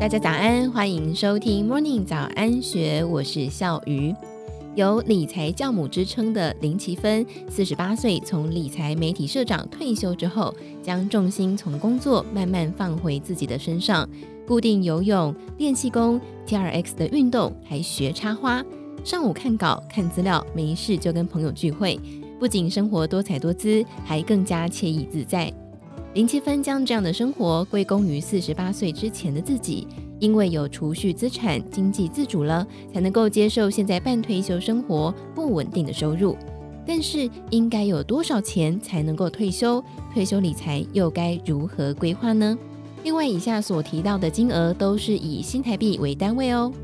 大家早安，欢迎收听 Morning 早安学，我是笑瑜。有理财教母之称的林奇芬48岁从理财媒体社长退休之后，将重心从工作慢慢放回自己的身上，固定游泳、练气功、TRX 的运动，还学插花。上午看稿看资料，没事就跟朋友聚会，不仅生活多彩多姿，还更加惬意自在。林奇芬将这样的生活归功于48岁之前的自己，因为有储蓄资产，经济自主了，才能够接受现在半退休生活不稳定的收入。但是应该有多少钱才能够退休？退休理财又该如何规划呢？另外以下所提到的金额都是以新台币为单位哦。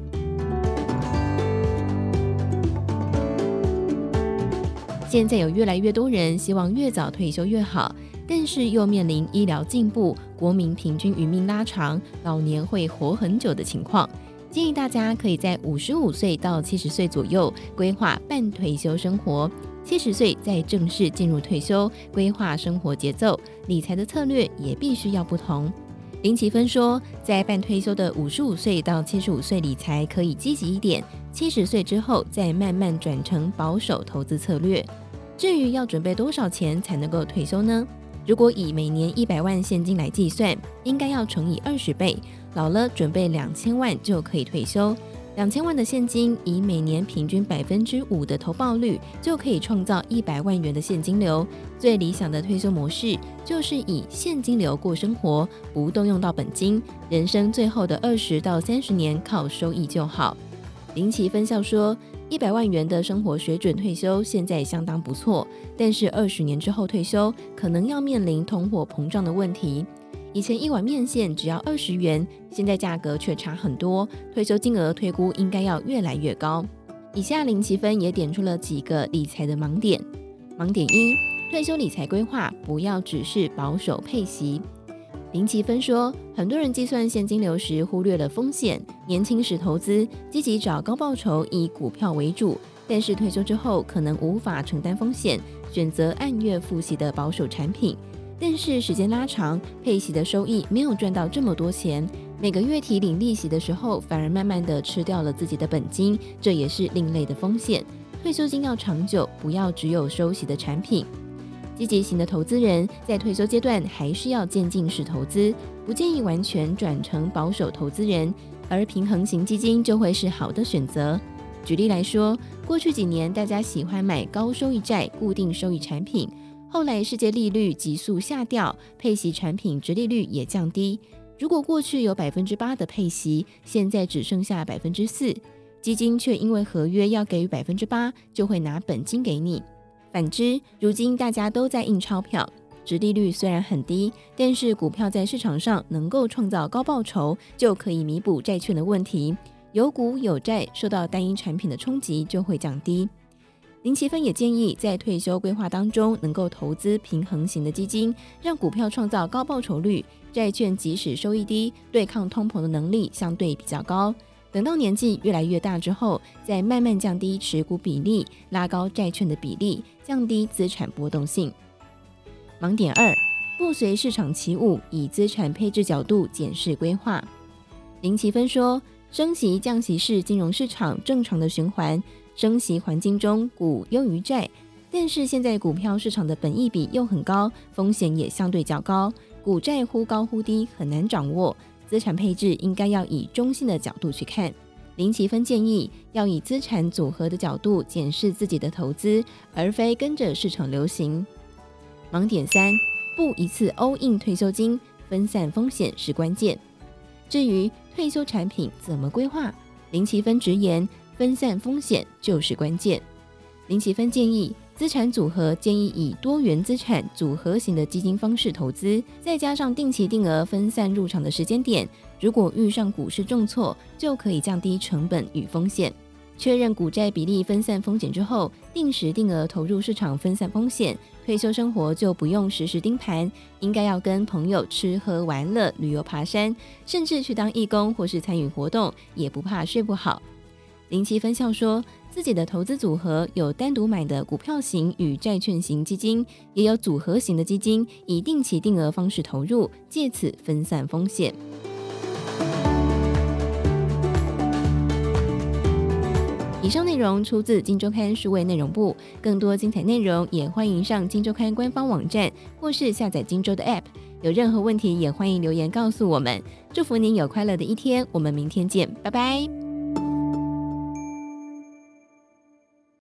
现在有越来越多人希望越早退休越好，但是又面临医疗进步、国民平均余命拉长、老年会活很久的情况。建议大家可以在55岁到70岁左右规划半退休生活，70岁再正式进入退休，规划生活节奏，理财的策略也必须要不同。林奇芬说，在半退休的55岁到75岁理财可以积极一点，70岁之后再慢慢转成保守投资策略。至于要准备多少钱才能够退休呢？如果以每年100万现金来计算，应该要乘以20倍，老了准备2000万就可以退休。2000万的现金，以每年平均5%的投报率，就可以创造100万元的现金流。最理想的退休模式，就是以现金流过生活，不动用到本金，人生最后的20到30年靠收益就好。林奇分校说，100万元的生活水准退休现在相当不错，但是20年之后退休，可能要面临通货膨胀的问题。以前一碗面线只要20元，现在价格却差很多，退休金额推估应该要越来越高。以下林奇芬也点出了几个理财的盲点。盲点1，退休理财规划不要只是保守配息。林奇芬说，很多人计算现金流时忽略了风险，年轻时投资，积极找高报酬，以股票为主，但是退休之后可能无法承担风险，选择按月付息的保守产品。但是时间拉长，配息的收益没有赚到这么多钱，每个月提领利息的时候，反而慢慢的吃掉了自己的本金，这也是另类的风险。退休金要长久，不要只有收息的产品。积极型的投资人在退休阶段还是要渐进式投资，不建议完全转成保守投资人，而平衡型基金就会是好的选择。举例来说，过去几年大家喜欢买高收益债、固定收益产品，后来世界利率急速下调，配息产品殖利率也降低。如果过去有8%的配息，现在只剩下4%，基金却因为合约要给予8%，就会拿本金给你。反之，如今大家都在印钞票，殖利率虽然很低，但是股票在市场上能够创造高报酬，就可以弥补债券的问题。有股有债，受到单一产品的冲击就会降低。林奇芬也建议，在退休规划当中能够投资平衡型的基金，让股票创造高报酬率，债券即使收益低，对抗通膨的能力相对比较高。等到年纪越来越大之后，再慢慢降低持股比例，拉高债券的比例，降低资产波动性。盲点2，不随市场起舞，以资产配置角度检视规划。林奇芬说，升息降息是金融市场正常的循环，升息环境中股优于债，但是现在股票市场的本益比又很高，风险也相对较高，股债忽高忽低，很难掌握。资产配置应该要以中性的角度去看。林奇芬建议要以资产组合的角度检视自己的投资，而非跟着市场流行。盲点3，不一次 all in 退休金，分散风险是关键。至于退休产品怎么规划，林奇芬直言，分散风险就是关键。林奇芬建议，资产组合建议以多元资产组合型的基金方式投资，再加上定期定额分散入场的时间点，如果遇上股市重挫，就可以降低成本与风险。确认股债比例分散风险之后，定时定额投入市场分散风险，退休生活就不用时时盯盘，应该要跟朋友吃喝玩乐、旅游爬山，甚至去当义工或是参与活动，也不怕睡不好。林奇分校说，自己的投资组合有单独买的股票型与债券型基金，也有组合型的基金，以定期定额方式投入，借此分散风险。 以上内容出自今周刊数位内容部，更多精彩内容也欢迎上今周刊官方网站或是下载今周的 App。有任何问题也欢迎留言告诉我们。祝福您有快乐的一天，我们明天见，拜拜。